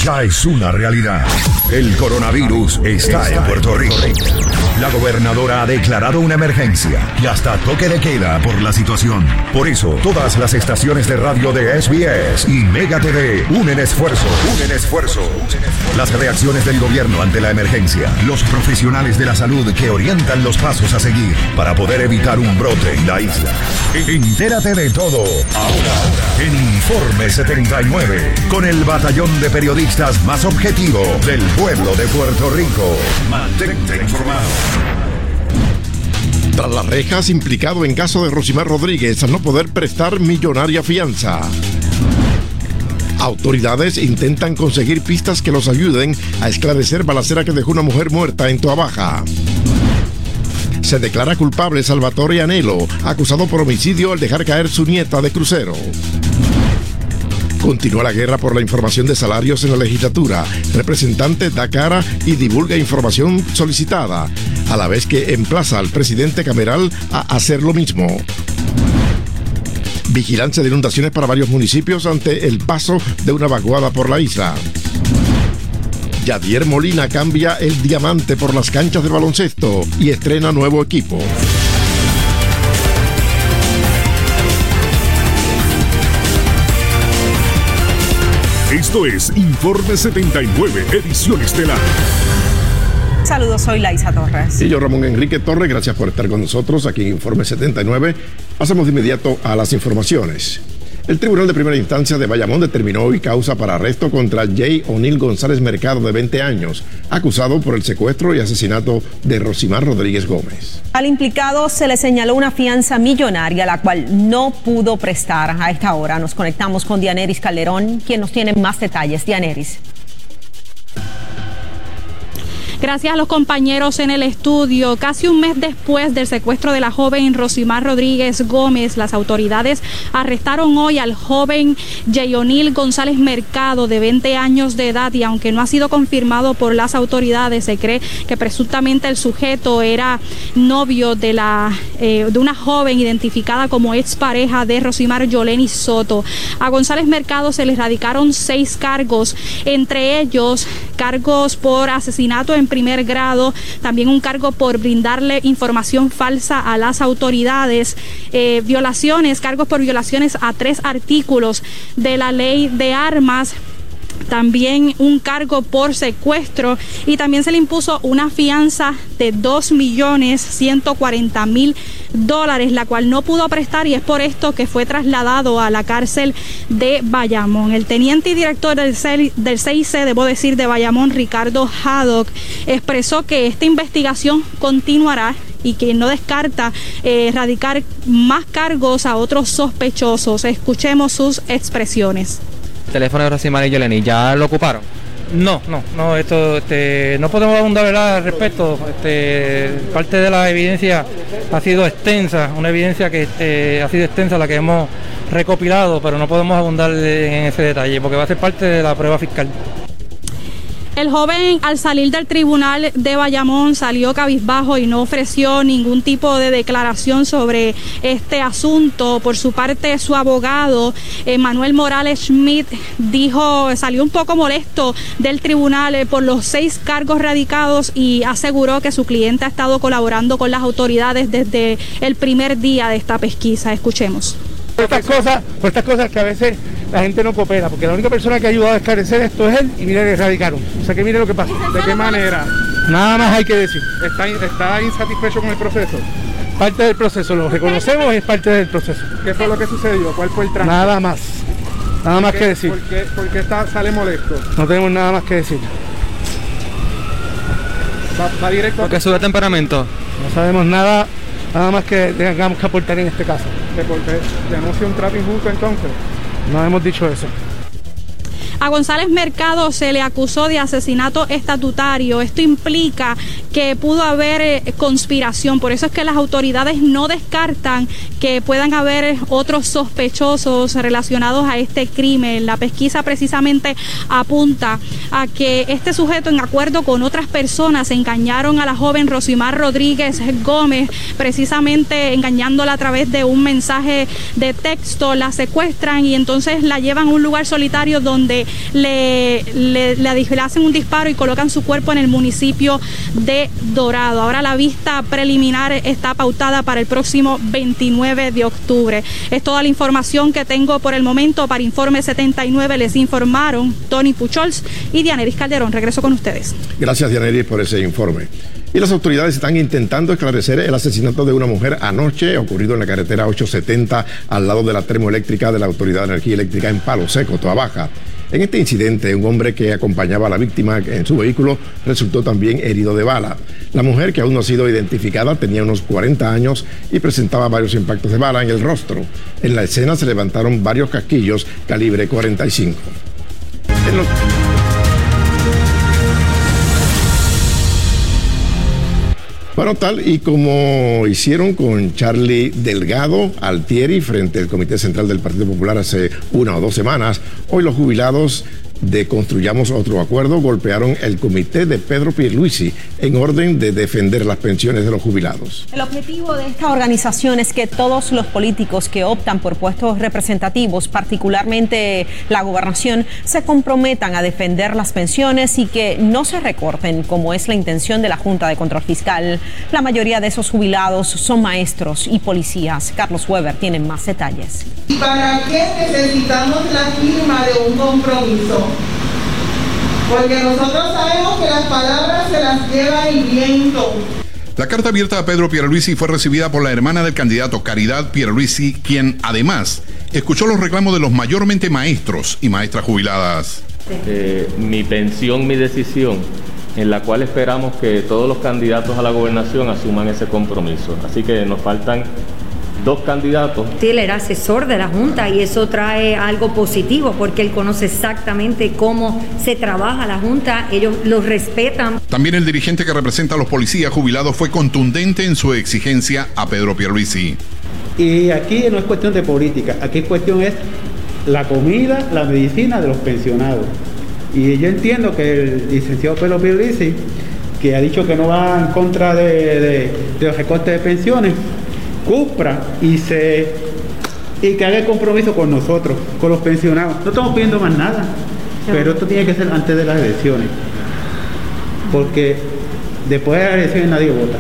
ya es una realidad. El coronavirus está en Puerto Rico. La gobernadora ha declarado una emergencia y hasta toque de queda por la situación. Por eso, todas las estaciones de radio de SBS y Mega TV unen esfuerzo. Las reacciones del gobierno ante la emergencia. Los profesionales de la salud que orientan los pasos a seguir para poder evitar un brote en la isla. Entérate de todo ahora en Informe 79 con el batallón de periodistas más objetivo del pueblo de Puerto Rico. Mantente informado. Tras las rejas, implicado en caso de Rosimar Rodríguez al no poder prestar millonaria fianza. Autoridades intentan conseguir pistas que los ayuden a esclarecer balacera que dejó una mujer muerta en Toabaja. Se declara culpable Salvatore Anelo, acusado por homicidio al dejar caer su nieta de crucero. Continúa la guerra por la información de salarios en la legislatura. Representante da cara y divulga información solicitada, a la vez que emplaza al presidente cameral a hacer lo mismo. Vigilancia de inundaciones para varios municipios ante el paso de una vaguada por la isla. Yadier Molina cambia el diamante por las canchas de baloncesto y estrena nuevo equipo. Esto es Informe 79, edición estelar. Saludos, soy Laisa Torres. Y yo, Ramón Enrique Torres, gracias por estar con nosotros aquí en Informe 79. Pasamos de inmediato a las informaciones. El Tribunal de Primera Instancia de Bayamón determinó hoy causa para arresto contra Jay O'Neill González Mercado, de 20 años, acusado por el secuestro y asesinato de Rosimar Rodríguez Gómez. Al implicado se le señaló una fianza millonaria, la cual no pudo prestar. A esta hora nos conectamos con Dianeris Calderón, quien nos tiene más detalles. Dianeris. Gracias a los compañeros en el estudio. Casi un mes después del secuestro de la joven Rosimar Rodríguez Gómez, las autoridades arrestaron hoy al joven Jay O'Neill González Mercado, de 20 años de edad, y aunque no ha sido confirmado por las autoridades, se cree que presuntamente el sujeto era novio de una joven identificada como expareja de Rosimar, Yoleni Soto. A González Mercado se le radicaron 6 cargos, entre ellos cargos por asesinato en primer grado, también un cargo por brindarle información falsa a las autoridades, cargos por violaciones a 3 artículos de la ley de armas, también un cargo por secuestro, y también se le impuso una fianza de $2.140.000, la cual no pudo prestar, y es por esto que fue trasladado a la cárcel de Bayamón. El teniente y director del CIC, de Bayamón, Ricardo Haddock, expresó que esta investigación continuará y que no descarta radicar más cargos a otros sospechosos. Escuchemos sus expresiones. Teléfono de Rosimar y Yoleni, ¿ya lo ocuparon? No, esto no podemos abundar, ¿verdad?, al respecto. Parte de la evidencia ha sido extensa, una evidencia que ha sido extensa la que hemos recopilado, pero no podemos abundar en ese detalle porque va a ser parte de la prueba fiscal. El joven, al salir del tribunal de Bayamón, salió cabizbajo y no ofreció ningún tipo de declaración sobre este asunto. Por su parte, su abogado, Manuel Morales Schmidt, salió un poco molesto del tribunal por los 6 cargos radicados y aseguró que su cliente ha estado colaborando con las autoridades desde el primer día de esta pesquisa. Escuchemos. Por estas cosas que a veces la gente no coopera, porque la única persona que ha ayudado a esclarecer esto es él, y mire que radicaron. O sea que mire lo que pasa. ¿De qué manera? Nada más hay que decir. ¿Está insatisfecho con el proceso? Parte del proceso, lo reconocemos, es parte del proceso. ¿Qué fue lo que sucedió? ¿Cuál fue el tránsito? Nada más que decir. ¿Por qué sale molesto? No tenemos nada más que decir. Va directo. ¿Por qué sube temperamento? No sabemos nada más que tengamos que aportar en este caso. ¿Denuncia un trato injusto entonces? No hemos dicho eso. A González Mercado se le acusó de asesinato estatutario. Esto implica que pudo haber conspiración. Por eso es que las autoridades no descartan que puedan haber otros sospechosos relacionados a este crimen. La pesquisa precisamente apunta a que este sujeto, en acuerdo con otras personas, engañaron a la joven Rosimar Rodríguez Gómez, precisamente engañándola a través de un mensaje de texto. La secuestran y entonces la llevan a un lugar solitario donde le hacen un disparo y colocan su cuerpo en el municipio de Dorado. Ahora la vista preliminar está pautada para el próximo 29 de octubre. Es toda la información que tengo por el momento. Para Informe 79 les informaron Tony Puchols y Dianeris Calderón. Regreso con ustedes. Gracias, Dianeris, por ese informe. Y las autoridades están intentando esclarecer el asesinato de una mujer anoche ocurrido en la carretera 870 al lado de la termoeléctrica de la Autoridad de Energía Eléctrica en Palo Seco, Toabaja. En este incidente, un hombre que acompañaba a la víctima en su vehículo resultó también herido de bala. La mujer, que aún no ha sido identificada, tenía unos 40 años y presentaba varios impactos de bala en el rostro. En la escena se levantaron varios casquillos calibre 45. Bueno, tal y como hicieron con Charlie Delgado Altieri frente al Comité Central del Partido Popular hace 1 o 2 semanas, hoy los jubilados de Construyamos Otro Acuerdo golpearon el comité de Pedro Pierluisi en orden de defender las pensiones de los jubilados. El objetivo de esta organización es que todos los políticos que optan por puestos representativos, particularmente la gobernación, se comprometan a defender las pensiones y que no se recorten, como es la intención de la Junta de Control Fiscal. La mayoría de esos jubilados son maestros y policías. Carlos Weber tiene más detalles. ¿Y para qué necesitamos la firma de un compromiso? Porque nosotros sabemos que las palabras se las lleva el viento. La carta abierta a Pedro Pierluisi fue recibida por la hermana del candidato, Caridad Pierluisi, quien además escuchó los reclamos de los mayormente maestros y maestras jubiladas. Mi pensión, mi decisión, en la cual esperamos que todos los candidatos a la gobernación asuman ese compromiso. Así que nos faltan 2 candidatos. Él era asesor de la Junta y eso trae algo positivo porque él conoce exactamente cómo se trabaja la Junta, ellos los respetan. También el dirigente que representa a los policías jubilados fue contundente en su exigencia a Pedro Pierluisi. Y aquí no es cuestión de política, aquí cuestión es la comida, la medicina de los pensionados. Y yo entiendo que el licenciado Pedro Pierluisi, que ha dicho que no va en contra de los recortes de pensiones, cumpla y que haga el compromiso con nosotros, con los pensionados. No estamos pidiendo más nada, pero esto tiene que ser antes de las elecciones, porque después de las elecciones nadie vota.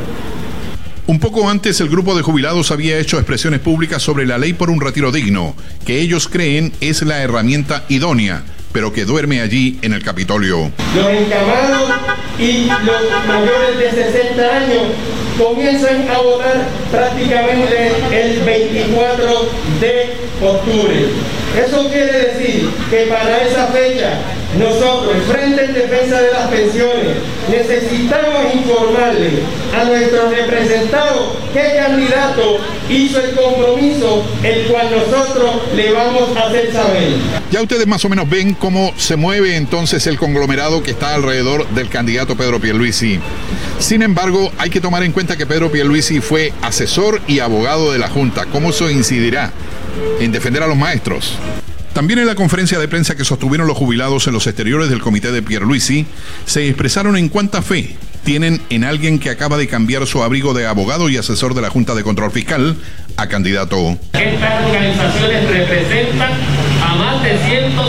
Un poco antes, el grupo de jubilados había hecho expresiones públicas sobre la ley por un retiro digno, que ellos creen es la herramienta idónea, pero que duerme allí en el Capitolio. Los encamados y los mayores de 60 años comienzan a votar prácticamente el 24 de octubre. Eso quiere decir que para esa fecha nosotros, el Frente en Defensa de las Pensiones, necesitamos informarle a nuestros representados qué candidato hizo el compromiso, el cual nosotros le vamos a hacer saber. Ya ustedes más o menos ven cómo se mueve entonces el conglomerado que está alrededor del candidato Pedro Pierluisi. Sin embargo, hay que tomar en cuenta que Pedro Pierluisi fue asesor y abogado de la Junta. ¿Cómo eso incidirá en defender a los maestros? También en la conferencia de prensa que sostuvieron los jubilados en los exteriores del comité de Pierluisi, se expresaron en cuánta fe tienen en alguien que acaba de cambiar su abrigo de abogado y asesor de la Junta de Control Fiscal a candidato. Estas organizaciones representan a más de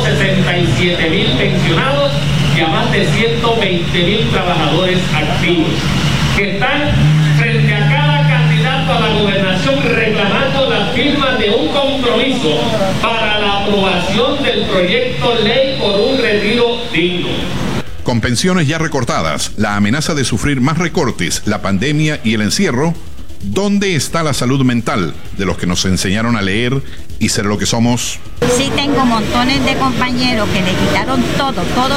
167,000 pensionados y a más de 120,000 trabajadores activos que están frente a cada candidato a la gobernación reclamando la firma de un compromiso para la aprobación del proyecto ley por un retiro digno. Con pensiones ya recortadas, la amenaza de sufrir más recortes, la pandemia y el encierro, ¿dónde está la salud mental de los que nos enseñaron a leer y ser lo que somos? Sí, tengo montones de compañeros que le quitaron todos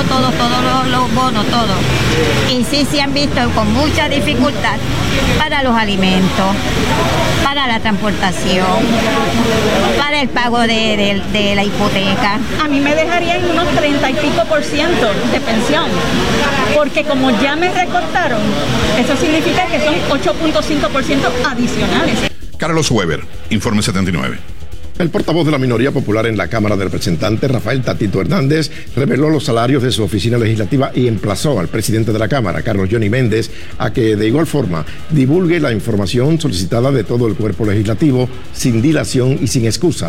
los bonos, todo. Y sí se han visto con mucha dificultad para los alimentos, para la transportación, para el pago de la hipoteca. A mí me dejarían unos 30 y pico % de pensión, porque como ya me recortaron, eso significa que son 8.5% adicionales. Carlos Weber, Informe 79. El portavoz de la minoría popular en la Cámara de Representantes, Rafael Tatito Hernández, reveló los salarios de su oficina legislativa y emplazó al presidente de la Cámara, Carlos Johnny Méndez, a que de igual forma divulgue la información solicitada de todo el cuerpo legislativo sin dilación y sin excusas.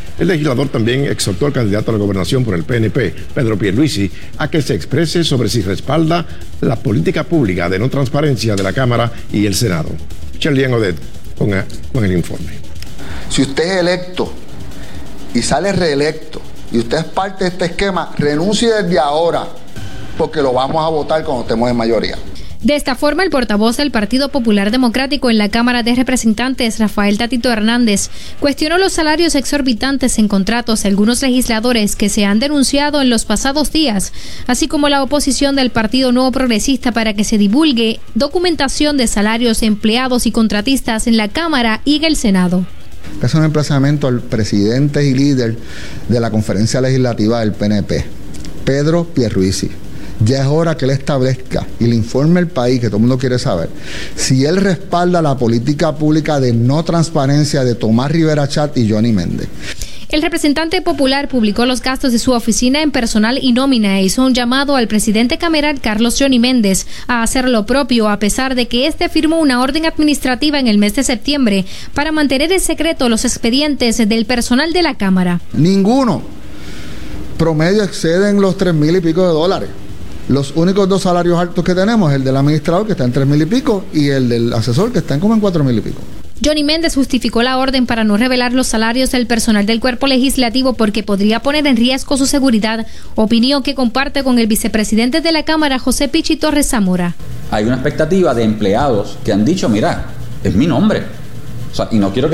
El legislador también exhortó al candidato a la gobernación por el PNP, Pedro Pierluisi, a que se exprese sobre si respalda la política pública de no transparencia de la Cámara y el Senado. Charlian Odet con el informe. Si usted es electo y sale reelecto y usted es parte de este esquema, renuncie desde ahora, porque lo vamos a votar cuando estemos en mayoría. De esta forma, el portavoz del Partido Popular Democrático en la Cámara de Representantes, Rafael Tatito Hernández, cuestionó los salarios exorbitantes en contratos de algunos legisladores que se han denunciado en los pasados días, así como la oposición del Partido Nuevo Progresista para que se divulgue documentación de salarios de empleados y contratistas en la Cámara y en el Senado. Es un emplazamiento al presidente y líder de la conferencia legislativa del PNP, Pedro Pierluisi. Ya es hora que él establezca y le informe al país, que todo el mundo quiere saber, si él respalda la política pública de no transparencia de Tomás Rivera Chat y Johnny Méndez. El representante popular publicó los gastos de su oficina en personal y nómina e hizo un llamado al presidente cameral Carlos Johnny Méndez a hacer lo propio, a pesar de que este firmó una orden administrativa en el mes de septiembre para mantener en secreto los expedientes del personal de la Cámara. Ninguno promedio exceden los $3,000 y pico de dólares. Los únicos dos salarios altos que tenemos es el del administrador, que está en $3,000 y pico, y el del asesor, que está en como en $4,000 y pico. Johnny Méndez justificó la orden para no revelar los salarios del personal del cuerpo legislativo porque podría poner en riesgo su seguridad, opinión que comparte con el vicepresidente de la Cámara, José Pichi Torres Zamora. Hay una expectativa de empleados que han dicho, mira, es mi nombre. O sea, y no quiero que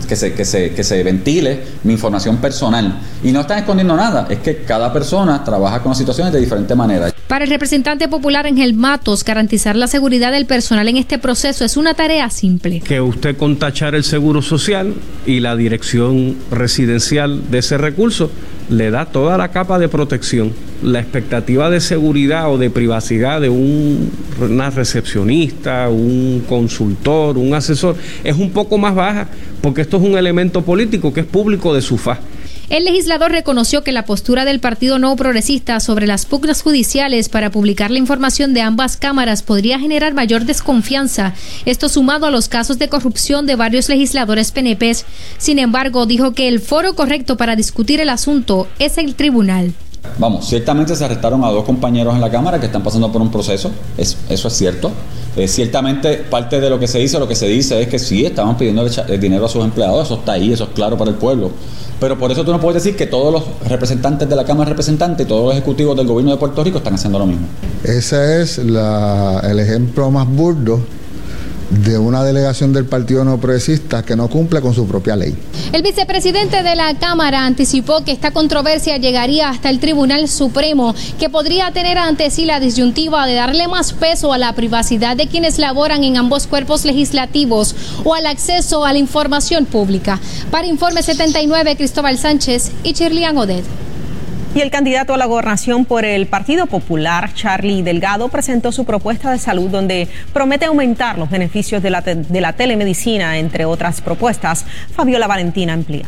se ventile mi información personal. Y no están escondiendo nada, es que cada persona trabaja con las situaciones de diferente manera. Para el representante popular Ángel Matos, garantizar la seguridad del personal en este proceso es una tarea simple. Que usted con tachar el seguro social y la dirección residencial de ese recurso le da toda la capa de protección. La expectativa de seguridad o de privacidad de una recepcionista, un consultor, un asesor, es un poco más baja, porque esto es un elemento político que es público de su faz. El legislador reconoció que la postura del Partido Nuevo Progresista sobre las pugnas judiciales para publicar la información de ambas cámaras podría generar mayor desconfianza, esto sumado a los casos de corrupción de varios legisladores PNPs. Sin embargo, dijo que el foro correcto para discutir el asunto es el tribunal. Vamos, ciertamente se arrestaron a 2 compañeros en la Cámara que están pasando por un proceso, eso es cierto. Ciertamente parte de lo que se dice es que sí, estaban pidiendo dinero a sus empleados, eso está ahí, eso es claro para el pueblo. Pero por eso tú no puedes decir que todos los representantes de la Cámara de Representantes y todos los ejecutivos del gobierno de Puerto Rico están haciendo lo mismo. Ese es el ejemplo más burdo de una delegación del Partido No Progresista que no cumple con su propia ley. El vicepresidente de la Cámara anticipó que esta controversia llegaría hasta el Tribunal Supremo, que podría tener ante sí la disyuntiva de darle más peso a la privacidad de quienes laboran en ambos cuerpos legislativos o al acceso a la información pública. Para Informe 79, Cristóbal Sánchez y Charlian Odet. Y el candidato a la gobernación por el Partido Popular, Charlie Delgado, presentó su propuesta de salud donde promete aumentar los beneficios de la telemedicina, entre otras propuestas. Fabiola Valentina amplía.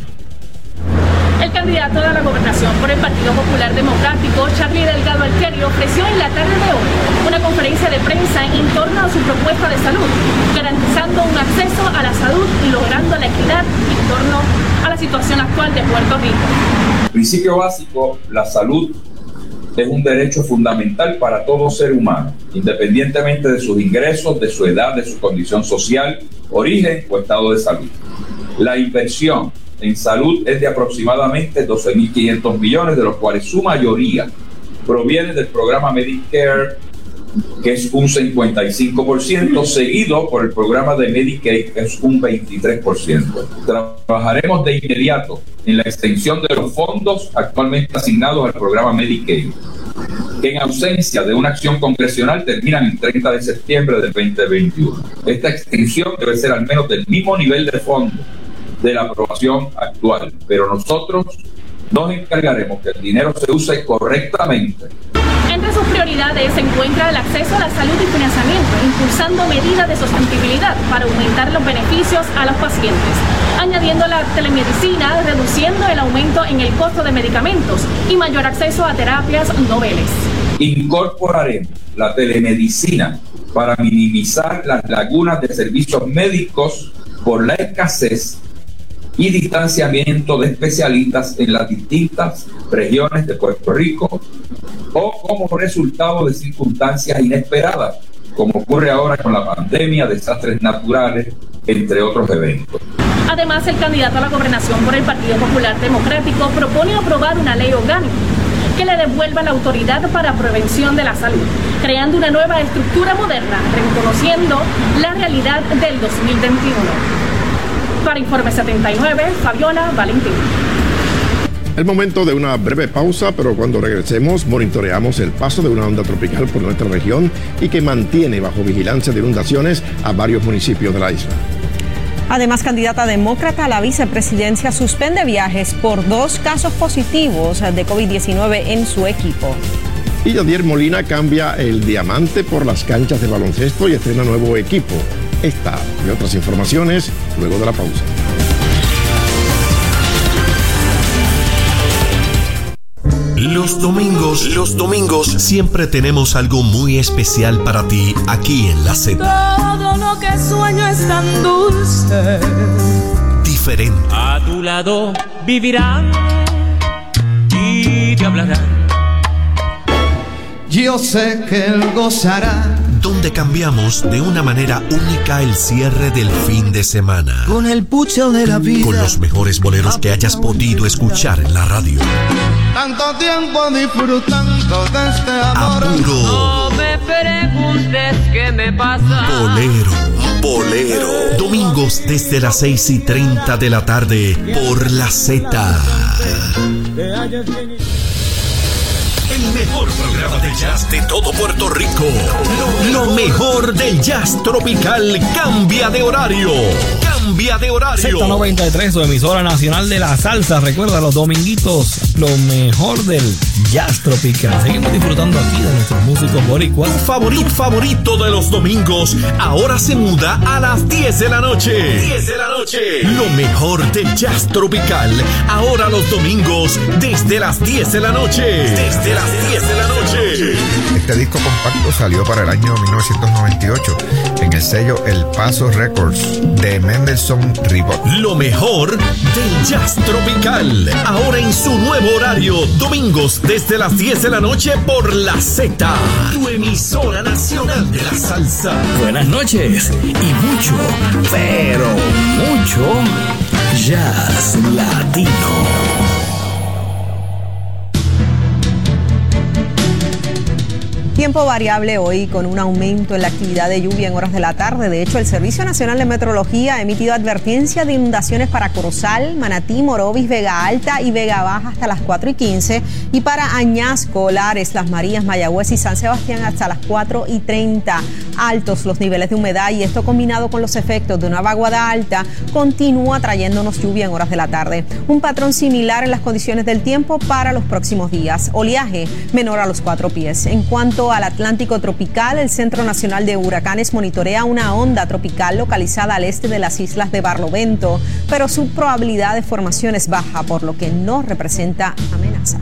El candidato a la gobernación por el Partido Popular Democrático, Charlie Delgado Altieri, ofreció en la tarde de hoy una conferencia de prensa en torno a su propuesta de salud, garantizando un acceso a la salud y logrando la equidad en torno a la situación actual de Puerto Rico. Principio básico, la salud es un derecho fundamental para todo ser humano, independientemente de sus ingresos, de su edad, de su condición social, origen o estado de salud. La inversión en salud es de aproximadamente 12.500 millones, de los cuales su mayoría proviene del programa Medicare, que es un 55%, seguido por el programa de Medicaid, que es un 23%. Trabajaremos de inmediato en la extensión de los fondos actualmente asignados al programa Medicaid, que en ausencia de una acción congresional terminan el 30 de septiembre del 2021. Esta extensión debe ser al menos del mismo nivel de fondo de la aprobación actual, pero nosotros nos encargaremos que el dinero se use correctamente. Entre sus prioridades se encuentra el acceso a la salud y financiamiento, impulsando medidas de sostenibilidad para aumentar los beneficios a los pacientes, añadiendo la telemedicina, reduciendo el aumento en el costo de medicamentos y mayor acceso a terapias noveles. Incorporaremos la telemedicina para minimizar las lagunas de servicios médicos por la escasez y distanciamiento de especialistas en las distintas regiones de Puerto Rico o como resultado de circunstancias inesperadas, como ocurre ahora con la pandemia, desastres naturales, entre otros eventos. Además, el candidato a la gobernación por el Partido Popular Democrático propone aprobar una ley orgánica que le devuelva la autoridad para prevención de la salud, creando una nueva estructura moderna, reconociendo la realidad del 2021. Para Informe 79, Fabiola Valentín. El momento de una breve pausa, pero cuando regresemos monitoreamos el paso de una onda tropical por nuestra región y que mantiene bajo vigilancia de inundaciones a varios municipios de la isla. Además, candidata demócrata a la vicepresidencia suspende viajes por 2 casos positivos de COVID-19 en su equipo. Y Yadier Molina cambia el diamante por las canchas de baloncesto y estrena nuevo equipo. Esta y otras informaciones luego de la pausa. Los domingos siempre tenemos algo muy especial para ti aquí en La Z. Todo lo que sueño es tan dulce. Diferente. A tu lado vivirán y te hablarán. Yo sé que él gozará. Donde cambiamos de una manera única el cierre del fin de semana. Con el pucho de la vida. Con los mejores boleros que hayas podido escuchar en la radio. Tanto tiempo disfrutando de este amor. Apuro. No me preguntes qué me pasa. Bolero. Domingos desde las 6:30 de la tarde por La Z. El mejor programa de jazz de todo Puerto Rico. Lo mejor del jazz tropical cambia de horario. Z93, su emisora nacional de la salsa. Recuerda, los dominguitos, lo mejor del jazz tropical. Seguimos disfrutando aquí de nuestros músicos boricuas. Favorito de los domingos ahora se muda a las 10 de la noche. Lo mejor del jazz tropical ahora los domingos desde las 10 de la noche. Este disco compacto salió para el año 1998 en el sello El Paso Records de Mendelssohn Ribot. Lo mejor del jazz tropical ahora en su nuevo horario, domingos desde las 10 de la noche por La Z, tu emisora nacional de la salsa. Buenas noches y mucho, pero mucho jazz latino. Tiempo variable hoy con un aumento en la actividad de lluvia en horas de la tarde. De hecho, el Servicio Nacional de Meteorología ha emitido advertencia de inundaciones para Corozal, Manatí, Morovis, Vega Alta y Vega Baja hasta las 4:15 y para Añasco, Lares, Las Marías, Mayagüez y San Sebastián hasta las 4:30. Altos los niveles de humedad y esto combinado con los efectos de una vaguada alta continúa trayéndonos lluvia en horas de la tarde. Un patrón similar en las condiciones del tiempo para los próximos días. Oleaje menor a los 4 pies. En cuanto al Atlántico tropical, el Centro Nacional de Huracanes monitorea una onda tropical localizada al este de las islas de Barlovento, pero su probabilidad de formación es baja, por lo que no representa amenaza.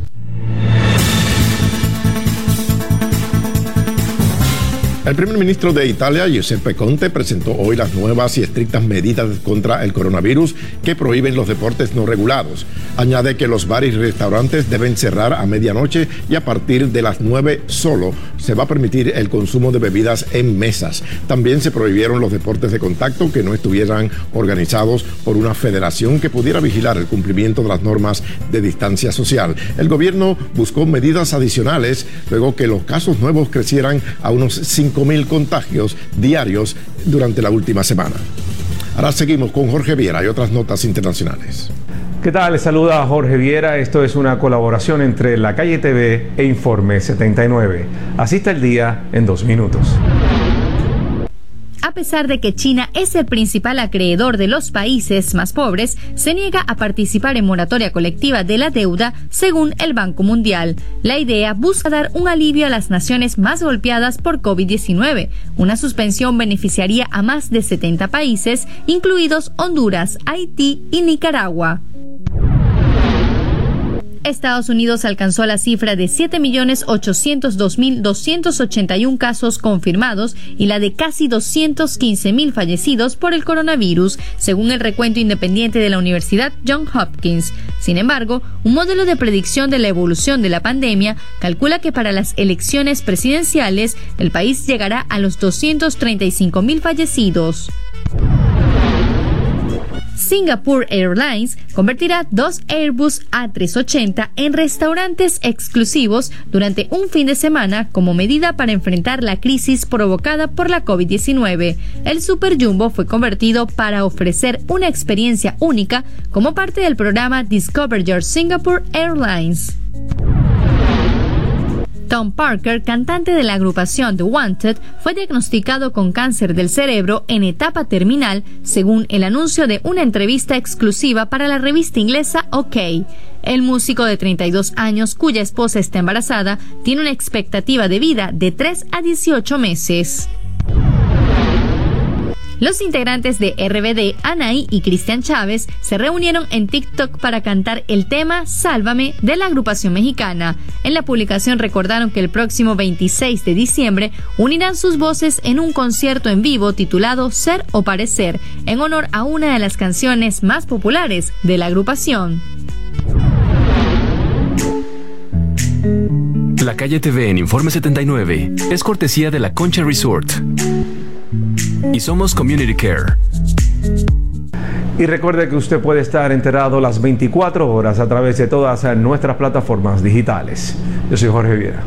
El primer ministro de Italia, Giuseppe Conte, presentó hoy las nuevas y estrictas medidas contra el coronavirus que prohíben los deportes no regulados. Añade que los bares y restaurantes deben cerrar a medianoche y a partir de las 9 solo se va a permitir el consumo de bebidas en mesas. También se prohibieron los deportes de contacto que no estuvieran organizados por una federación que pudiera vigilar el cumplimiento de las normas de distancia social. El gobierno buscó medidas adicionales luego que los casos nuevos crecieran a unos 5,000 contagios diarios durante la última semana. Ahora seguimos con Jorge Viera y otras notas internacionales. ¿Qué tal? Les saluda Jorge Viera. Esto es una colaboración entre La Calle TV e Informe 79. Así está el día en 2 minutos. A pesar de que China es el principal acreedor de los países más pobres, se niega a participar en moratoria colectiva de la deuda, según el Banco Mundial. La idea busca dar un alivio a las naciones más golpeadas por COVID-19. Una suspensión beneficiaría a más de 70 países, incluidos Honduras, Haití y Nicaragua. Estados Unidos alcanzó la cifra de 7.802.281 casos confirmados y la de casi 215.000 fallecidos por el coronavirus, según el recuento independiente de la Universidad Johns Hopkins. Sin embargo, un modelo de predicción de la evolución de la pandemia calcula que para las elecciones presidenciales el país llegará a los 235.000 fallecidos. Singapore Airlines convertirá 2 Airbus A380 en restaurantes exclusivos durante un fin de semana como medida para enfrentar la crisis provocada por la COVID-19. El Super Jumbo fue convertido para ofrecer una experiencia única como parte del programa Discover Your Singapore Airlines. Tom Parker, cantante de la agrupación The Wanted, fue diagnosticado con cáncer del cerebro en etapa terminal, según el anuncio de una entrevista exclusiva para la revista inglesa OK. El músico de 32 años, cuya esposa está embarazada, tiene una expectativa de vida de 3 a 18 meses. Los integrantes de RBD, Anaí y Cristian Chávez, se reunieron en TikTok para cantar el tema Sálvame de la agrupación mexicana. En la publicación recordaron que el próximo 26 de diciembre unirán sus voces en un concierto en vivo titulado Ser o Parecer, en honor a una de las canciones más populares de la agrupación. La Calle TV en Informe 79 es cortesía de la Concha Resort. Y somos Community Care. Y recuerde que usted puede estar enterado las 24 horas a través de todas nuestras plataformas digitales. Yo soy Jorge Viera.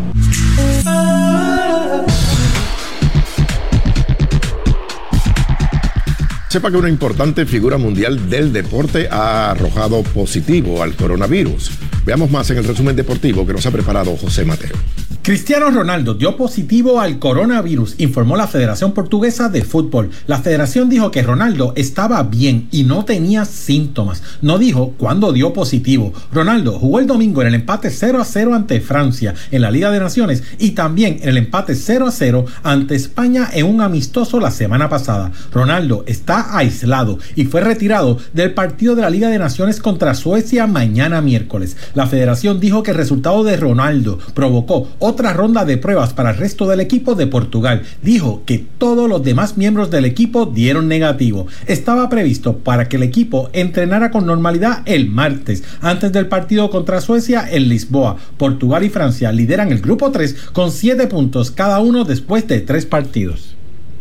Sepa que una importante figura mundial del deporte ha arrojado positivo al coronavirus. Veamos más en el resumen deportivo que nos ha preparado José Mateo. Cristiano Ronaldo dio positivo al coronavirus, informó la Federación Portuguesa de Fútbol. La federación dijo que Ronaldo estaba bien y no tenía síntomas. No dijo cuándo dio positivo. Ronaldo jugó el domingo en el empate 0-0 ante Francia en la Liga de Naciones y también en el empate 0-0 ante España en un amistoso la semana pasada. Ronaldo está aislado y fue retirado del partido de la Liga de Naciones contra Suecia mañana miércoles. La federación dijo que el resultado de Ronaldo provocó otra ronda de pruebas para el resto del equipo de Portugal. Dijo que todos los demás miembros del equipo dieron negativo. Estaba previsto para que el equipo entrenara con normalidad el martes, antes del partido contra Suecia en Lisboa. Portugal y Francia lideran el grupo 3 con 7 puntos cada uno después de 3 partidos.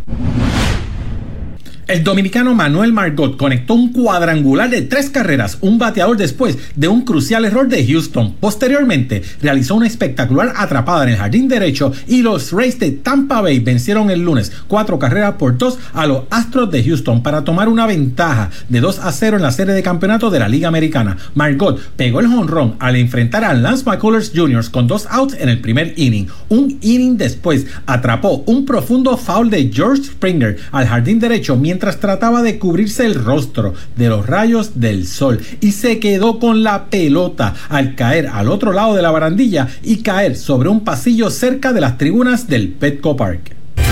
El dominicano Manuel Margot conectó un cuadrangular de 3 carreras, un bateador después de un crucial error de Houston. Posteriormente, realizó una espectacular atrapada en el jardín derecho y los Rays de Tampa Bay vencieron el lunes 4-2 a los Astros de Houston para tomar una ventaja de 2-0 en la serie de campeonato de la Liga Americana. Margot pegó el jonrón al enfrentar a Lance McCullers Jr. con 2 outs en el primer inning. Un inning después, atrapó un profundo foul de George Springer al jardín derecho mientras trataba de cubrirse el rostro de los rayos del sol y se quedó con la pelota al caer al otro lado de la barandilla y caer sobre un pasillo cerca de las tribunas del Petco Park.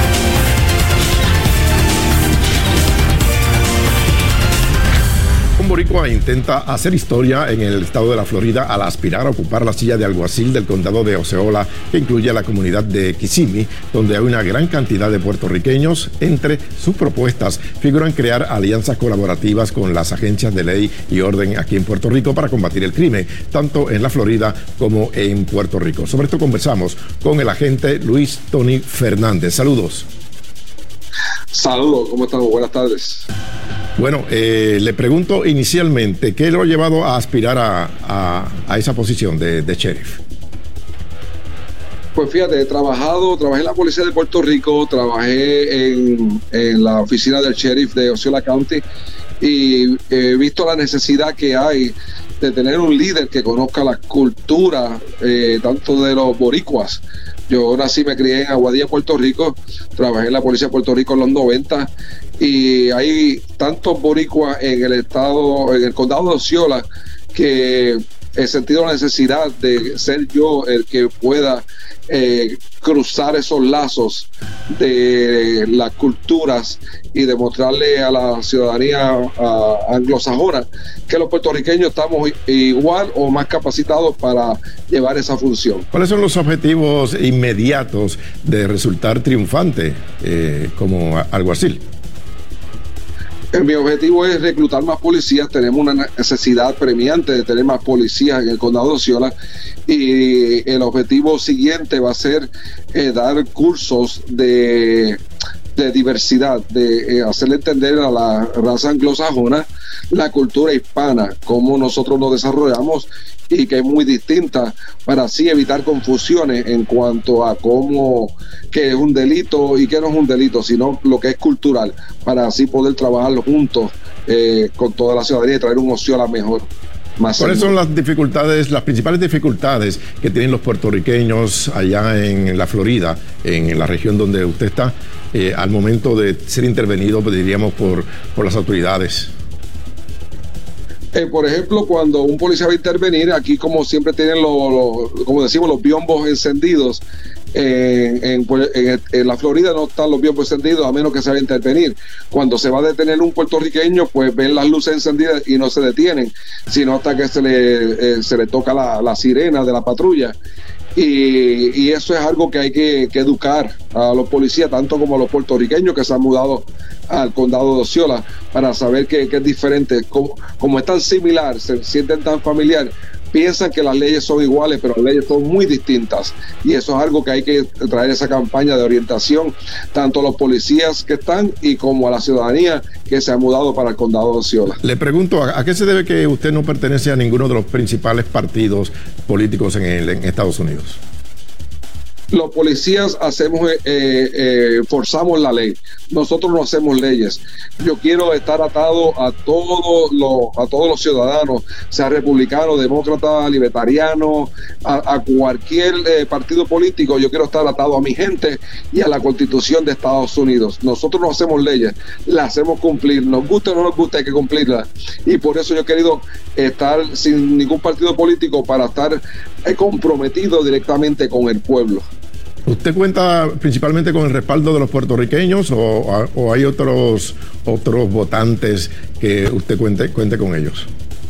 Un boricua intenta hacer historia en el estado de la Florida al aspirar a ocupar la silla de alguacil del condado de Osceola, que incluye la comunidad de Kissimmee, donde hay una gran cantidad de puertorriqueños. Entre sus propuestas figuran crear alianzas colaborativas con las agencias de ley y orden aquí en Puerto Rico para combatir el crimen, tanto en la Florida como en Puerto Rico. Sobre esto conversamos con el agente Luis Tony Fernández. Saludos. Saludos, ¿cómo estamos? Buenas tardes. Bueno, le pregunto inicialmente, ¿qué lo ha llevado a aspirar a esa posición de sheriff? Pues fíjate, trabajé en la policía de Puerto Rico, trabajé en la oficina del sheriff de Osceola County y he visto la necesidad que hay de tener un líder que conozca la cultura tanto de los boricuas. Yo nací, me crié en Aguadilla, Puerto Rico, trabajé en la policía de Puerto Rico en los 90 y hay tantos boricuas en el condado de Osceola que he sentido la necesidad de ser yo el que pueda cruzar esos lazos de las culturas y demostrarle a la ciudadanía anglosajona que los puertorriqueños estamos igual o más capacitados para llevar esa función. ¿Cuáles son los objetivos inmediatos de resultar triunfante como alguacil? Mi objetivo es reclutar más policías. Tenemos una necesidad premiante de tener más policías en el condado de Osceola, y el objetivo siguiente va a ser dar cursos de diversidad, de hacerle entender a la raza anglosajona la cultura hispana, cómo nosotros nos desarrollamos y que es muy distinta, para así evitar confusiones en cuanto a cómo, qué es un delito y qué no es un delito, sino lo que es cultural, para así poder trabajarlo juntos con toda la ciudadanía y traer un Osceola mejor. ¿Cuáles son las dificultades, las principales dificultades que tienen los puertorriqueños allá en la Florida, en la región donde usted está, al momento de ser intervenido, diríamos, por las autoridades? Por ejemplo, cuando un policía va a intervenir, aquí como siempre tienen como decimos, los biombos encendidos. En la Florida no están los biombos encendidos a menos que se vaya a intervenir. Cuando se va a detener un puertorriqueño, pues ven las luces encendidas y no se detienen, sino hasta que se le toca la sirena de la patrulla. Y eso es algo que hay que educar a los policías, tanto como a los puertorriqueños que se han mudado al condado de Osceola, para saber que es diferente. Como es tan similar, se sienten tan familiar, piensan que las leyes son iguales, pero las leyes son muy distintas, y eso es algo que hay que traer, esa campaña de orientación tanto a los policías que están y como a la ciudadanía que se ha mudado para el condado de Osceola. Le pregunto, ¿a qué se debe que usted no pertenece a ninguno de los principales partidos políticos en Estados Unidos? Los policías forzamos la ley. Nosotros no hacemos leyes. Yo quiero estar atado a todos los ciudadanos, sea republicano, demócrata, libertariano, a cualquier partido político. Yo quiero estar atado a mi gente y a la Constitución de Estados Unidos. Nosotros no hacemos leyes, las hacemos cumplir. Nos gusta o no nos gusta, hay que cumplirlas. Y por eso yo he querido estar sin ningún partido político, para estar comprometido directamente con el pueblo. ¿Usted cuenta principalmente con el respaldo de los puertorriqueños o hay otros votantes que usted cuente con ellos?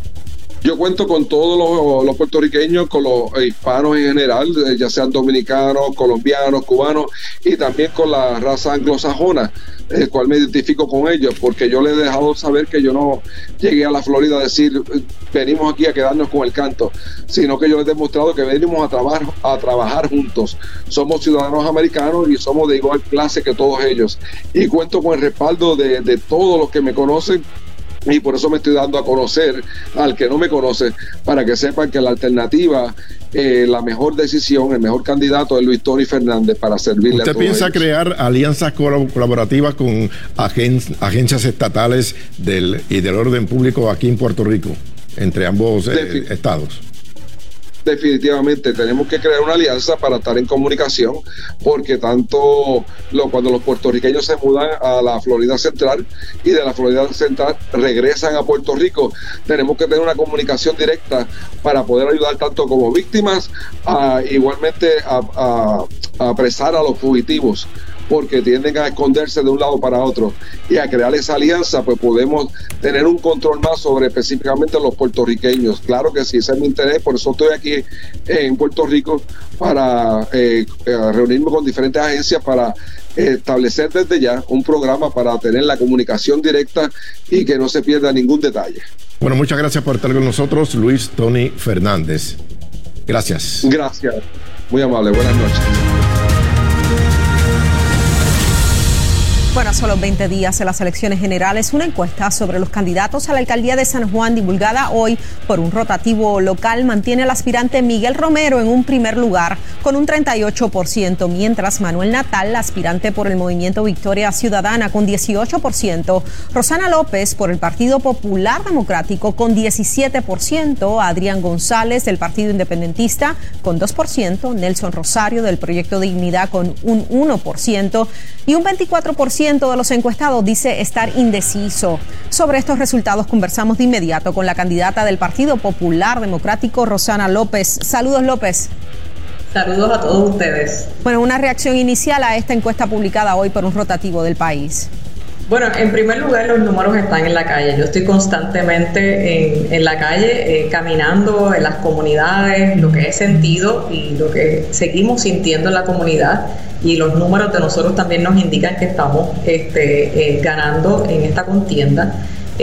Yo cuento con todos los puertorriqueños, con los hispanos en general, ya sean dominicanos, colombianos, cubanos, y también con la raza anglosajona, el cual me identifico con ellos, porque yo les he dejado saber que yo no llegué a la Florida a decir venimos aquí a quedarnos con el canto, sino que yo les he demostrado que venimos a trabajar juntos. Somos ciudadanos americanos y somos de igual clase que todos ellos, y cuento con el respaldo de todos los que me conocen. Y por eso me estoy dando a conocer al que no me conoce, para que sepan que la alternativa, la mejor decisión, el mejor candidato es Luis Tony Fernández, para servirle a todos. ¿Usted piensa crear alianzas colaborativas con agencias estatales y del orden público aquí en Puerto Rico, entre ambos estados? Definitivamente tenemos que crear una alianza para estar en comunicación, porque cuando los puertorriqueños se mudan a la Florida Central y de la Florida Central regresan a Puerto Rico, tenemos que tener una comunicación directa para poder ayudar tanto como víctimas, igualmente a apresar a los fugitivos, porque tienden a esconderse de un lado para otro, y a crear esa alianza pues podemos tener un control más sobre específicamente los puertorriqueños. Claro que sí, ese es mi interés, por eso estoy aquí en Puerto Rico, para reunirme con diferentes agencias para establecer desde ya un programa para tener la comunicación directa y que no se pierda ningún detalle. Bueno, muchas gracias por estar con nosotros, Luis Tony Fernández. Gracias. Gracias, muy amable, buenas noches. Bueno, a solo 20 días de las elecciones generales, una encuesta sobre los candidatos a la alcaldía de San Juan, divulgada hoy por un rotativo local, mantiene al aspirante Miguel Romero en un primer lugar con un 38%, mientras Manuel Natal, aspirante por el Movimiento Victoria Ciudadana, con 18%, Rosana López por el Partido Popular Democrático con 17%, Adrián González del Partido Independentista con 2%, Nelson Rosario del Proyecto Dignidad con un 1% y un 24% de los encuestados dice estar indeciso. Sobre estos resultados conversamos de inmediato con la candidata del Partido Popular Democrático, Rosana López. Saludos, López. Saludos a todos ustedes. Bueno, una reacción inicial a esta encuesta publicada hoy por un rotativo del país. Bueno, en primer lugar, los números están en la calle. Yo estoy constantemente en la calle, caminando en las comunidades, lo que he sentido y lo que seguimos sintiendo en la comunidad. Y los números de nosotros también nos indican que estamos ganando en esta contienda.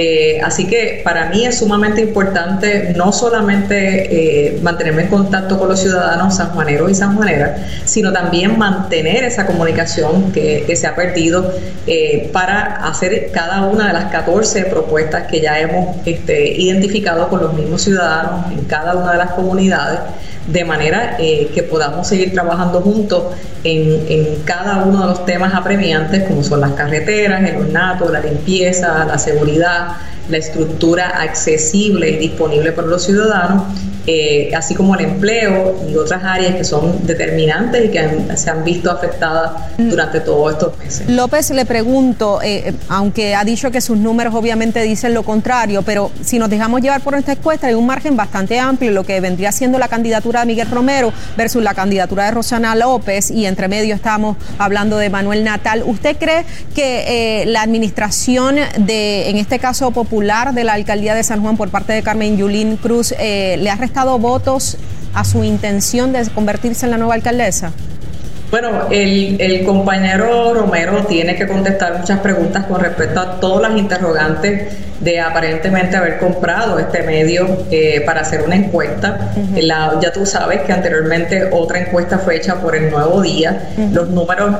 Así que para mí es sumamente importante no solamente mantenerme en contacto con los ciudadanos sanjuaneros y sanjuaneras, sino también mantener esa comunicación que se ha perdido para hacer cada una de las 14 propuestas que ya hemos identificado con los mismos ciudadanos en cada una de las comunidades, de manera que podamos seguir trabajando juntos en cada uno de los temas apremiantes, como son las carreteras, el ornato, la limpieza, la seguridad, la estructura accesible y disponible para los ciudadanos, así como el empleo y otras áreas que son determinantes y que se han visto afectadas durante todos estos meses. López, le pregunto, aunque ha dicho que sus números obviamente dicen lo contrario, pero si nos dejamos llevar por esta encuesta, hay un margen bastante amplio, lo que vendría siendo la candidatura de Miguel Romero versus la candidatura de Rosana López, y entre medio estamos hablando de Manuel Natal. ¿Usted cree que la administración en este caso popular, de la alcaldía de San Juan por parte de Carmen Yulín Cruz, le ha restado votos a su intención de convertirse en la nueva alcaldesa? Bueno, el compañero Romero tiene que contestar muchas preguntas con respecto a todas las interrogantes de aparentemente haber comprado este medio para hacer una encuesta. Ya tú sabes que anteriormente otra encuesta fue hecha por El Nuevo Día. Los números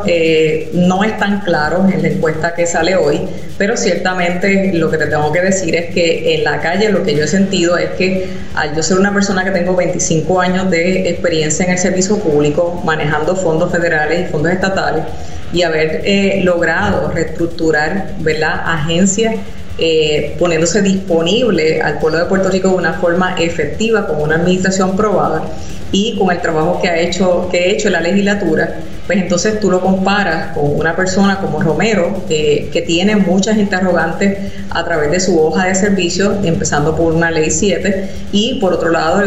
no están claros en la encuesta que sale hoy, pero ciertamente lo que te tengo que decir es que en la calle lo que yo he sentido es que al yo ser una persona que tengo 25 años de experiencia en el servicio público, manejando fondos federales y fondos estatales, y haber logrado reestructurar, ¿verdad?, agencias poniéndose disponible al pueblo de Puerto Rico de una forma efectiva, con una administración probada y con el trabajo que he hecho en la legislatura, pues entonces tú lo comparas con una persona como Romero, que tiene muchas interrogantes a través de su hoja de servicio, empezando por una ley 7, y por otro lado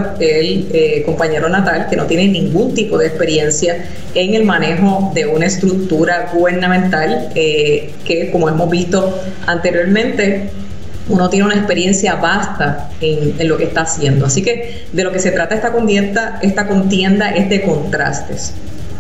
el compañero Natal, que no tiene ningún tipo de experiencia en el manejo de una estructura gubernamental, que como hemos visto anteriormente, uno tiene una experiencia vasta en lo que está haciendo. Así que de lo que se trata esta contienda es de contrastes.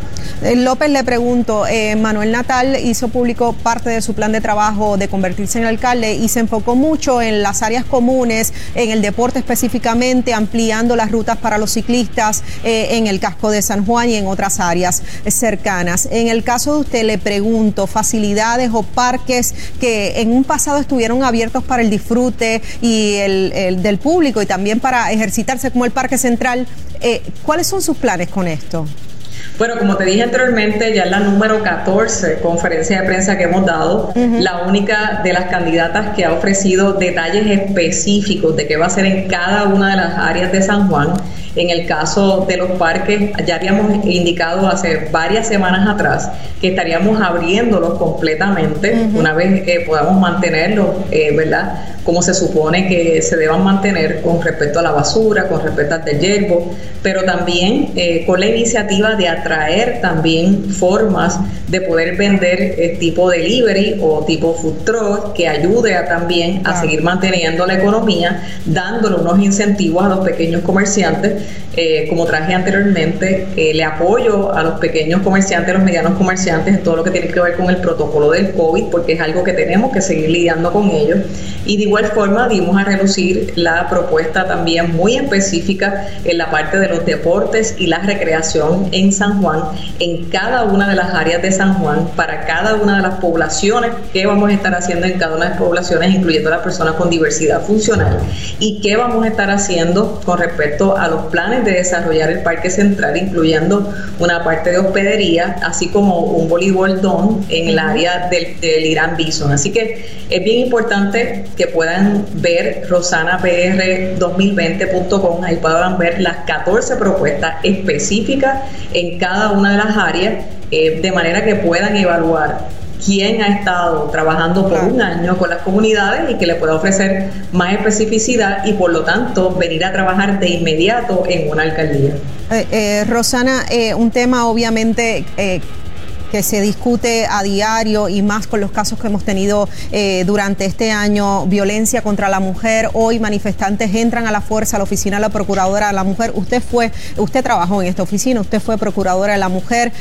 López, le pregunto, Manuel Natal hizo público parte de su plan de trabajo de convertirse en alcalde y se enfocó mucho en las áreas comunes, en el deporte específicamente, ampliando las rutas para los ciclistas en el casco de San Juan y en otras áreas cercanas. En el caso de usted, le pregunto, facilidades o parques que en un pasado estuvieron abiertos para el disfrute y el del público y también para ejercitarse, como el Parque Central, ¿cuáles son sus planes con esto? Bueno, como te dije anteriormente, ya es la número 14 conferencia de prensa que hemos dado, la única de las candidatas que ha ofrecido detalles específicos de qué va a hacer en cada una de las áreas de San Juan. En el caso de los parques, ya habíamos indicado hace varias semanas atrás que estaríamos abriéndolos completamente una vez podamos mantenerlos, ¿verdad?, como se supone que se deban mantener con respecto a la basura, con respecto al yerbo, pero también con la iniciativa de atraer también formas de poder vender tipo delivery o tipo food truck que ayude también a seguir manteniendo la economía, dándole unos incentivos a los pequeños comerciantes. Como traje anteriormente, le apoyo a los pequeños comerciantes, los medianos comerciantes en todo lo que tiene que ver con el protocolo del COVID, porque es algo que tenemos que seguir lidiando con ellos. Y de igual forma dimos a relucir la propuesta también muy específica en la parte de los deportes y la recreación en San Juan, en cada una de las áreas de San Juan, para cada una de las poblaciones, qué vamos a estar haciendo en cada una de las poblaciones, incluyendo a las personas con diversidad funcional, y qué vamos a estar haciendo con respecto a los planes de desarrollar el Parque Central, incluyendo una parte de hospedería, así como un voleibol dome en el área del Irán Bison. Así que es bien importante que puedan ver rosanapr2020.com, ahí puedan ver las 14 propuestas específicas en cada una de las áreas, de manera que puedan evaluar quién ha estado trabajando por un año con las comunidades y que le pueda ofrecer más especificidad y por lo tanto venir a trabajar de inmediato en una alcaldía. Rosana, un tema obviamente que se discute a diario y más con los casos que hemos tenido durante este año, violencia contra la mujer. Hoy manifestantes entran a la fuerza a la oficina de la Procuradora de la Mujer. Usted trabajó en esta oficina, usted fue Procuradora de la Mujer.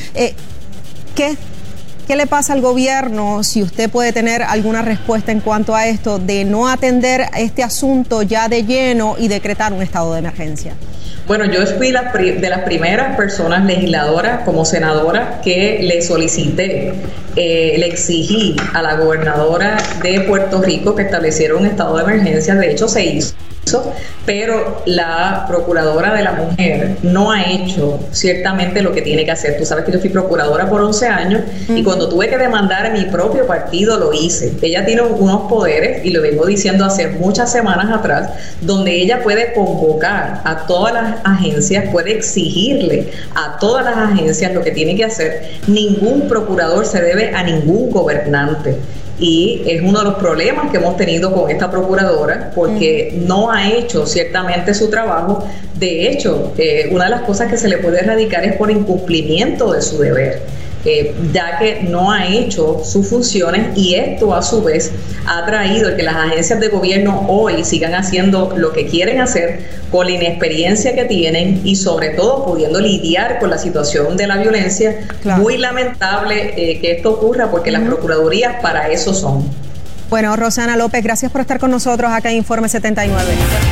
¿Qué le pasa al gobierno, si usted puede tener alguna respuesta en cuanto a esto, de no atender este asunto ya de lleno y decretar un estado de emergencia? Bueno, yo fui de las primeras personas legisladoras como senadora que le solicité, le exigí a la gobernadora de Puerto Rico que estableciera un estado de emergencia. De hecho, se hizo, pero la Procuradora de la Mujer no ha hecho ciertamente lo que tiene que hacer. Tú sabes que yo fui procuradora por 11 años y cuando tuve que demandar a mi propio partido lo hice. Ella tiene unos poderes, y lo vengo diciendo hace muchas semanas atrás, donde ella puede convocar a todas las agencias, puede exigirle a todas las agencias lo que tiene que hacer. Ningún procurador se debe a ningún gobernante. Y es uno de los problemas que hemos tenido con esta procuradora, porque no ha hecho ciertamente su trabajo. De hecho, una de las cosas que se le puede erradicar es por incumplimiento de su deber, ya que no ha hecho sus funciones, y esto a su vez ha traído que las agencias de gobierno hoy sigan haciendo lo que quieren hacer con la inexperiencia que tienen y sobre todo pudiendo lidiar con la situación de la violencia. Claro. Muy lamentable que esto ocurra, porque las procuradurías para eso son. Bueno, Rosana López, gracias por estar con nosotros acá en Informe 79.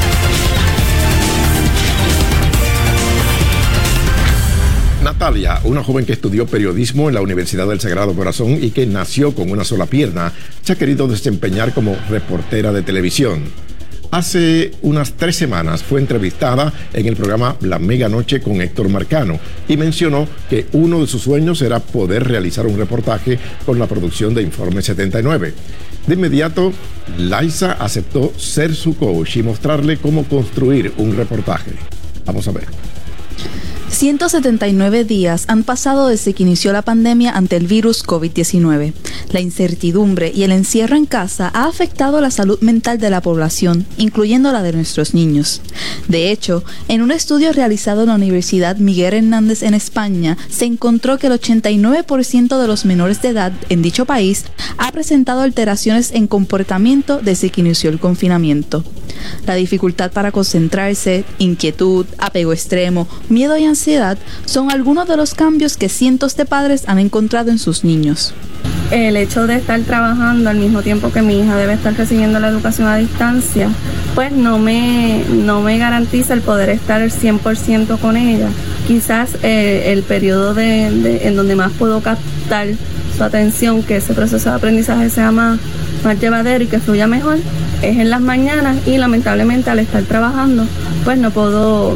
Natalia, una joven que estudió periodismo en la Universidad del Sagrado Corazón y que nació con una sola pierna, se ha querido desempeñar como reportera de televisión. Hace unas 3 semanas fue entrevistada en el programa La Mega Noche con Héctor Marcano y mencionó que uno de sus sueños era poder realizar un reportaje con la producción de Informe 79. De inmediato, Laisa aceptó ser su coach y mostrarle cómo construir un reportaje. Vamos a ver. 179 días han pasado desde que inició la pandemia ante el virus COVID-19. La incertidumbre y el encierro en casa ha afectado la salud mental de la población, incluyendo la de nuestros niños. De hecho, en un estudio realizado en la Universidad Miguel Hernández en España, se encontró que el 89% de los menores de edad en dicho país ha presentado alteraciones en comportamiento desde que inició el confinamiento. La dificultad para concentrarse, inquietud, apego extremo, miedo y ansiedad son algunos de los cambios que cientos de padres han encontrado en sus niños. El hecho de estar trabajando al mismo tiempo que mi hija debe estar recibiendo la educación a distancia, pues no me garantiza el poder estar el 100% con ella. Quizás el periodo en donde más puedo captar su atención, que ese proceso de aprendizaje sea más llevadero y que fluya mejor, es en las mañanas, y lamentablemente al estar trabajando, pues no puedo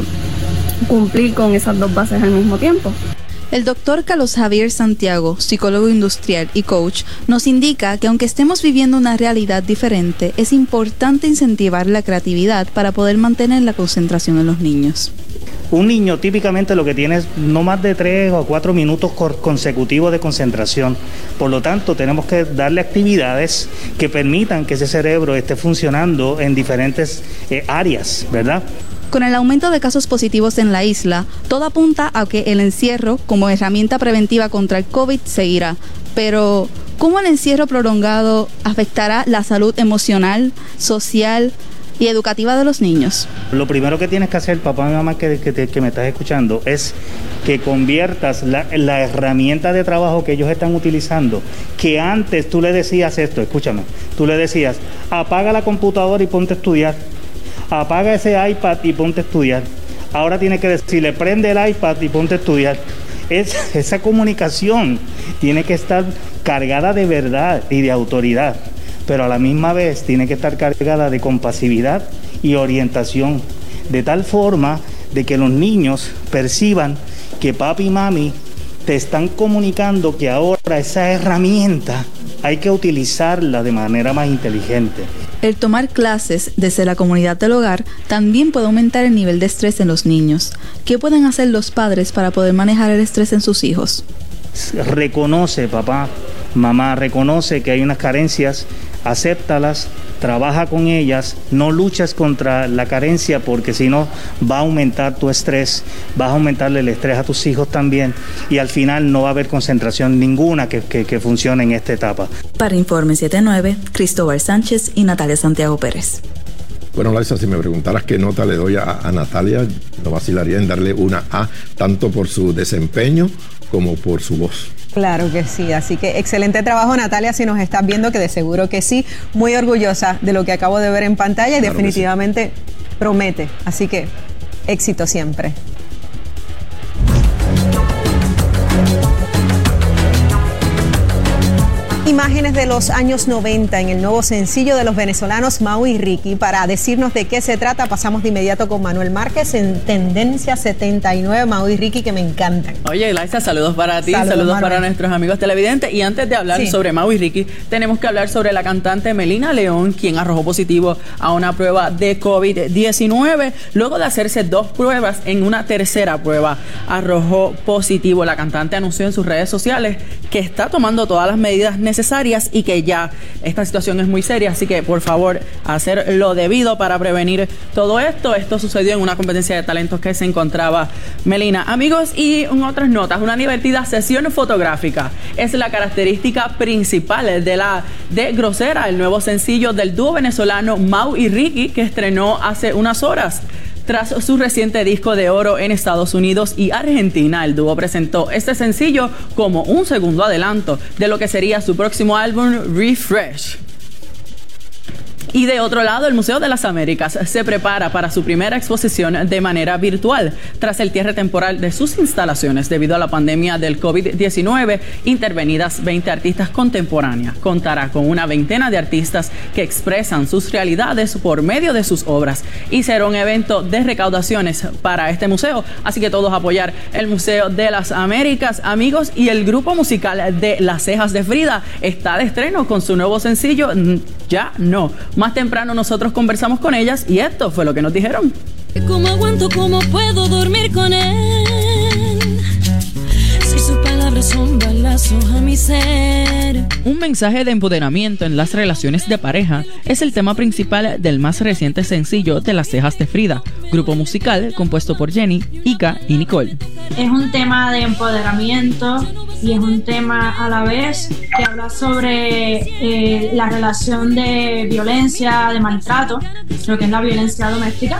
cumplir con esas dos bases al mismo tiempo. El doctor Carlos Javier Santiago, psicólogo industrial y coach, nos indica que aunque estemos viviendo una realidad diferente, es importante incentivar la creatividad para poder mantener la concentración en los niños. Un niño típicamente lo que tiene es no más de 3 o 4 minutos consecutivos de concentración. Por lo tanto, tenemos que darle actividades que permitan que ese cerebro esté funcionando en diferentes áreas, ¿verdad? Con el aumento de casos positivos en la isla, todo apunta a que el encierro como herramienta preventiva contra el COVID seguirá. Pero, ¿cómo el encierro prolongado afectará la salud emocional, social y educativa de los niños? Lo primero que tienes que hacer, papá y mamá que me estás escuchando, es que conviertas la herramienta de trabajo que ellos están utilizando, que antes tú le decías esto, escúchame, tú le decías, apaga la computadora y ponte a estudiar, apaga ese iPad y ponte a estudiar. Ahora tienes que decirle, prende el iPad y ponte a estudiar. Esa comunicación tiene que estar cargada de verdad y de autoridad, pero a la misma vez tiene que estar cargada de compasividad y orientación, de tal forma de que los niños perciban que papi y mami te están comunicando que ahora esa herramienta hay que utilizarla de manera más inteligente. El tomar clases desde la comunidad del hogar también puede aumentar el nivel de estrés en los niños. ¿Qué pueden hacer los padres para poder manejar el estrés en sus hijos? Reconoce, papá, Mamá, reconoce que hay unas carencias, acéptalas, trabaja con ellas, no luchas contra la carencia porque si no va a aumentar tu estrés, vas a aumentarle el estrés a tus hijos también y al final no va a haber concentración ninguna que funcione en esta etapa. Para Informe 79, Cristóbal Sánchez y Natalia Santiago Pérez. Bueno, Laisa, si me preguntaras qué nota le doy a Natalia, no vacilaría en darle una A, tanto por su desempeño como por su voz. Claro que sí, así que excelente trabajo, Natalia, si nos estás viendo, que de seguro que sí, muy orgullosa de lo que acabo de ver en pantalla y claro, definitivamente promete, así que éxito siempre. Imágenes de los años 90 en el nuevo sencillo de los venezolanos Mau y Ricky. Para decirnos de qué se trata, pasamos de inmediato con Manuel Márquez en Tendencia 79, Mau y Ricky, que me encantan. Oye, Laisa, saludos para ti, saludos para nuestros amigos televidentes. Y antes de hablar sobre Mau y Ricky, tenemos que hablar sobre la cantante Melina León, quien arrojó positivo a una prueba de COVID-19. Luego de hacerse 2 pruebas, en una tercera prueba arrojó positivo. La cantante anunció en sus redes sociales que está tomando todas las medidas necesarias y que ya esta situación es muy seria, así que por favor hacer lo debido para prevenir todo esto. Esto sucedió en una competencia de talentos que se encontraba Melina. Amigos, y en otras notas, una divertida sesión fotográfica es la característica principal de Grosera, el nuevo sencillo del dúo venezolano Mau y Ricky, que estrenó hace unas horas. Tras su reciente disco de oro en Estados Unidos y Argentina, el dúo presentó este sencillo como un segundo adelanto de lo que sería su próximo álbum, Refresh. Y de otro lado, el Museo de las Américas se prepara para su primera exposición de manera virtual. Tras el cierre temporal de sus instalaciones debido a la pandemia del COVID-19, intervenidas 20 artistas contemporáneas. Contará con una veintena de artistas que expresan sus realidades por medio de sus obras. Y será un evento de recaudaciones para este museo. Así que todos apoyar el Museo de las Américas, amigos. Y el grupo musical de Las Cejas de Frida está de estreno con su nuevo sencillo, Ya No. Más temprano nosotros conversamos con ellas y esto fue lo que nos dijeron. ¿Cómo aguanto, cómo puedo dormir con él? Si sus palabras son balazos a mi ser. Un mensaje de empoderamiento en las relaciones de pareja es el tema principal del más reciente sencillo de Las Cejas de Frida, grupo musical compuesto por Jenny, Ika y Nicole. Es un tema de empoderamiento y es un tema a la vez que habla sobre la relación de violencia, de maltrato, lo que es la violencia doméstica.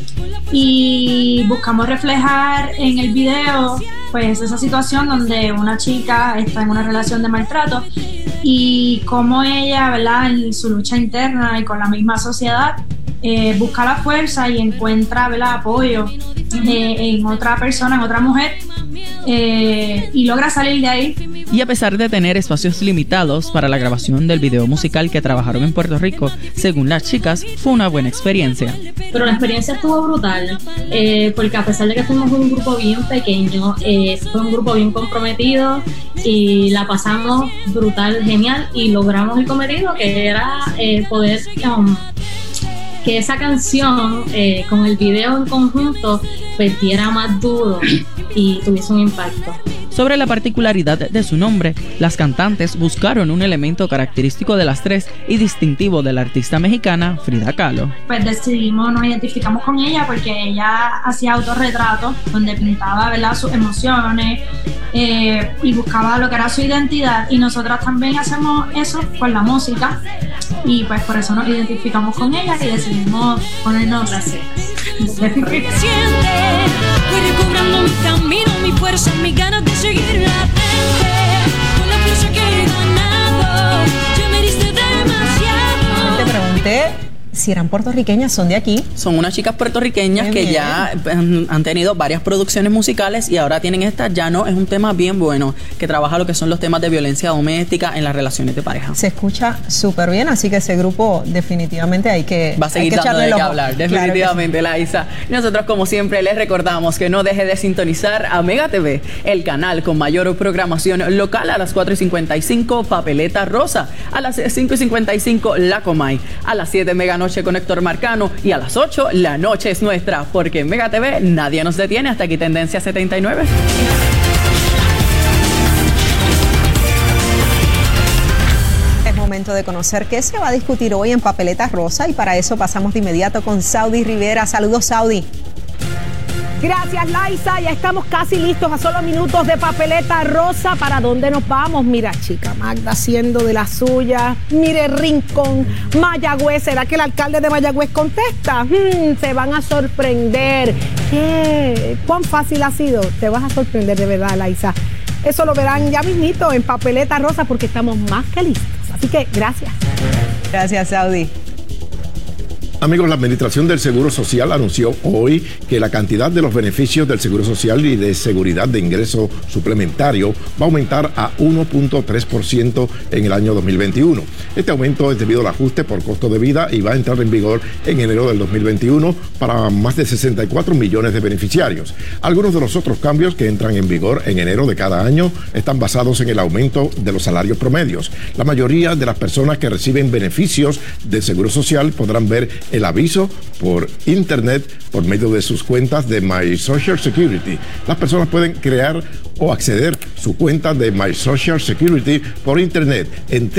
Y buscamos reflejar en el video pues esa situación donde una chica está en una relación de maltrato y cómo ella, ¿verdad?, en su lucha interna y con la misma sociedad busca la fuerza y encuentra, ¿verdad?, apoyo en otra persona, en otra mujer, y logra salir de ahí. Y a pesar de tener espacios limitados para la grabación del video musical que trabajaron en Puerto Rico, según las chicas, fue una buena experiencia. Pero la experiencia estuvo brutal, porque a pesar de que fuimos un grupo bien pequeño, fue un grupo bien comprometido y la pasamos brutal, genial, y logramos el cometido, que era poder que esa canción con el video en conjunto pues diera más duro y tuviese un impacto. Sobre la particularidad de su nombre, las cantantes buscaron un elemento característico de las tres y distintivo de la artista mexicana Frida Kahlo. Pues nos identificamos con ella porque ella hacía autorretratos donde pintaba, ¿verdad?, sus emociones y buscaba lo que era su identidad, y nosotras también hacemos eso con la música y pues por eso nos identificamos con ella y decidimos ponernos las cejas. Voy recobrando mi camino, mi fuerza, mi ganas de seguir latente. Con la fuerza que he ganado, ya me diste demasiado. Te pregunté si eran puertorriqueñas, son de aquí. Son unas chicas puertorriqueñas que ya han tenido varias producciones musicales y ahora tienen esta. Ya No es un tema bien bueno que trabaja lo que son los temas de violencia doméstica en las relaciones de pareja. Se escucha súper bien, así que ese grupo definitivamente hay que va a seguir dando de qué hablar, definitivamente, claro, Laisa. Nosotros, como siempre, les recordamos que no deje de sintonizar a Mega TV, el canal con mayor programación local. A las 4:55 Papeleta Rosa, a las 5:55 La Comay, a las 7 Mega Noche con Héctor Marcano y a las 8 La Noche es Nuestra, porque en Mega TV nadie nos detiene. Hasta aquí Tendencia 79. momento de conocer qué se va a discutir hoy en Papeleta Rosa y para eso pasamos de inmediato con Saudi Rivera. Saludos, Saudi. Gracias, Laisa. Ya estamos casi listos a solo minutos de Papeleta Rosa. ¿Para dónde nos vamos? Mira, chica Magda haciendo de la suya. Mire, Rincón, Mayagüez. ¿Será que el alcalde de Mayagüez contesta? Se van a sorprender. ¿Qué? ¿Cuán fácil ha sido? Te vas a sorprender de verdad, Laisa. Eso lo verán ya mismito en Papeleta Rosa porque estamos más que listos. Así que gracias. Gracias, Saudi. Amigos, la Administración del Seguro Social anunció hoy que la cantidad de los beneficios del Seguro Social y de seguridad de ingreso suplementario va a aumentar a 1.3% en el año 2021. Este aumento es debido al ajuste por costo de vida y va a entrar en vigor en enero del 2021 para más de 64 millones de beneficiarios. Algunos de los otros cambios que entran en vigor en enero de cada año están basados en el aumento de los salarios promedios. La mayoría de las personas que reciben beneficios del Seguro Social podrán ver el aviso por internet por medio de sus cuentas de My Social Security. Las personas pueden crear o acceder su cuenta de My Social Security por internet en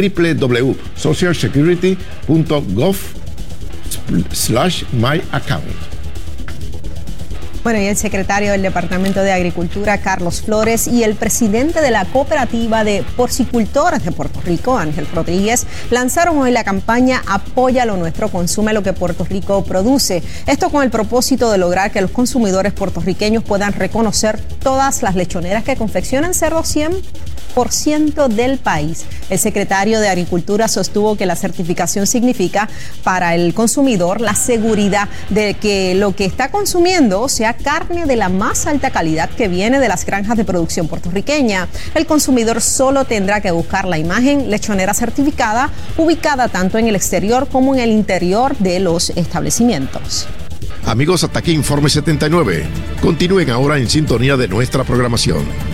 www.socialsecurity.gov/myaccount. Bueno, y el secretario del Departamento de Agricultura, Carlos Flores, y el presidente de la Cooperativa de Porcicultores de Puerto Rico, Ángel Rodríguez, lanzaron hoy la campaña Apoya lo nuestro, consume lo que Puerto Rico produce. Esto con el propósito de lograr que los consumidores puertorriqueños puedan reconocer todas las lechoneras que confeccionan cerdo 100% del país. El secretario de Agricultura sostuvo que la certificación significa para el consumidor la seguridad de que lo que está consumiendo sea carne de la más alta calidad que viene de las granjas de producción puertorriqueña. El consumidor solo tendrá que buscar la imagen lechonera certificada, ubicada tanto en el exterior como en el interior de los establecimientos. Amigos, hasta aquí Informe 79. Continúen ahora en sintonía de nuestra programación.